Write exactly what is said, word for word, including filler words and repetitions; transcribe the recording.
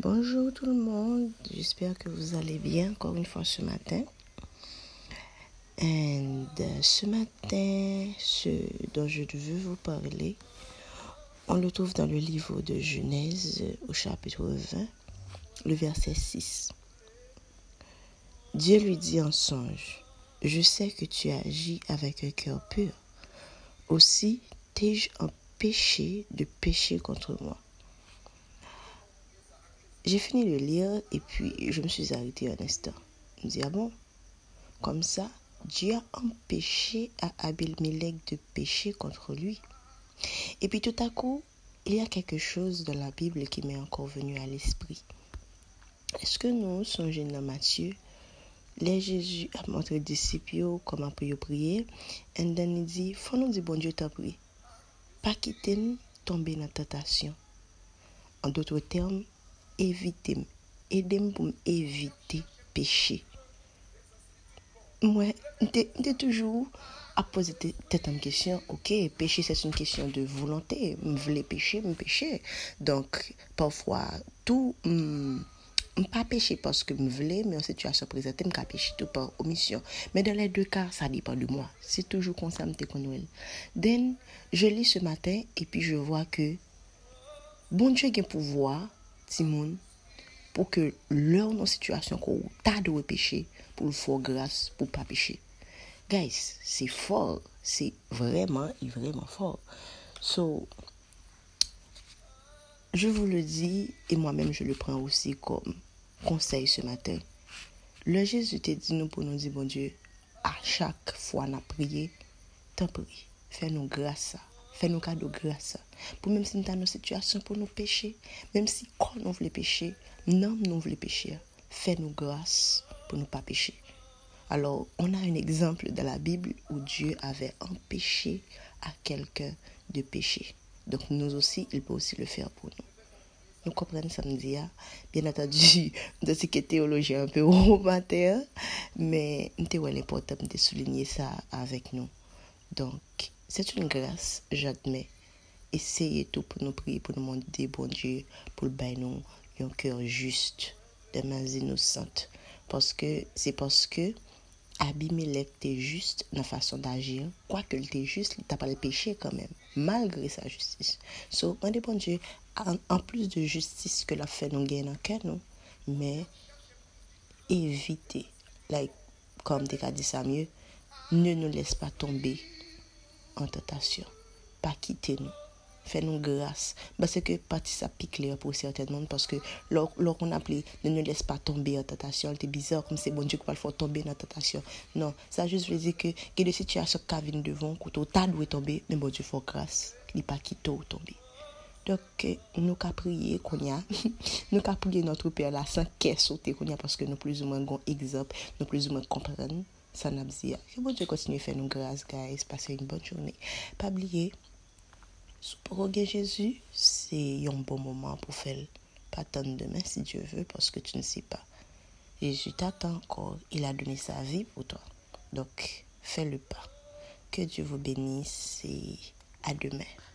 Bonjour tout le monde, j'espère que vous allez bien encore une fois ce matin. Et uh, ce matin, ce dont je veux vous parler, on le trouve dans le livre de Genèse au chapitre vingt, le verset six. Dieu lui dit en songe, « Je sais que tu agis avec un cœur pur. Aussi t'ai-je empêché de pécher contre moi. » J'ai fini de lire et puis je me suis arrêtée un instant. Je me dis, ah bon? Comme ça, Dieu a empêché à Abimelech de pécher contre lui. Et puis tout à coup, il y a quelque chose dans la Bible qui m'est encore venu à l'esprit. Est-ce que nous songeons dans Matthieu, là Jésus a montré aux disciples comment prier, et then il dit, faut nous dire, bon Dieu t'a prie, pas quitter nous tomber dans la tentation. En d'autres termes, éviter, aidez-moi pour éviter péché. Moi, j'ai toujours à poser tête en question, ok, péché c'est une question de volonté, je veux pécher, je pécher. Donc, parfois, tout, je ne pas pécher parce que je veux, mais en situation présente, je peux pécher tout par omission. Mais dans les deux cas, ça dépend de moi. C'est toujours comme ça, je connais. Donc, je lis ce matin et puis je vois que bon Dieu a un pouvoir, Timon, pour que leur non situation qu'on t'a de pécher, pour le faire grâce, pour pas pécher. Guys, c'est fort, c'est vraiment, vraiment fort. So, je vous le dis, et moi-même je le prends aussi comme conseil ce matin. Le Jésus t'a dit nous pour nous dire, bon Dieu, à chaque fois qu'on a prié, t'en prie, fais-nous grâce. Fais-nous cadeau grâce. Pour même si nous avons une situation pour nous pécher, même si quand nous voulons pécher, non, nous voulons pécher, fais-nous grâce pour ne pas pécher. Alors, on a un exemple dans la Bible où Dieu avait empêché à quelqu'un de pécher. Donc, nous aussi, il peut aussi le faire pour nous. Nous comprenons samedi, bien entendu, de ce qui est théologie un peu au matin, mais c'est important de souligner ça avec nous. Donc, c'est une grâce, j'admets. Essayez tout pour nous prier, pour nous demander, bon Dieu, pour le bailler nous un cœur juste, des mains innocentes. Parce que c'est parce que Abimelech était juste dans la façon d'agir. Quoique il était juste, il n'a pas le péché quand même, malgré sa justice. So, demandez bon Dieu, en, en plus de justice que la fait nous gagner dans le cœur, nous, mais évitez, like, comme tu as dit ça mieux, ne nous laisse pas tomber en tentation. Pas quitter nous. Fais-nous grâce. Parce que partie ça pique clair pour certains monde parce que lorsqu'on appelle ne nous laisse pas tomber en tentation, c'est bizarre comme c'est bon Dieu qui va le faire tomber dans la tentation. Non, ça juste veut dire que il y a des situations qui viennent devant, que tu as dû tomber, mais bon Dieu fait grâce. Il n'est pas quitté ou tomber. Donc, nous qu'à prier qu'on y a, nous qu'à prier notre Père là sans qu'elle sauter qu'on y a parce que nous plus ou moins avons exemple, nous plus ou moins comprendre. Ça n'a pas dit. Que bon Dieu continue à faire nous grâce, guys. Passez une bonne journée. Pas oublier, pour Jésus, c'est un bon moment pour faire. Pas attendre demain si Dieu veut, parce que tu ne sais pas. Jésus t'attend encore. Il a donné sa vie pour toi. Donc, fais le pas. Que Dieu vous bénisse et à demain.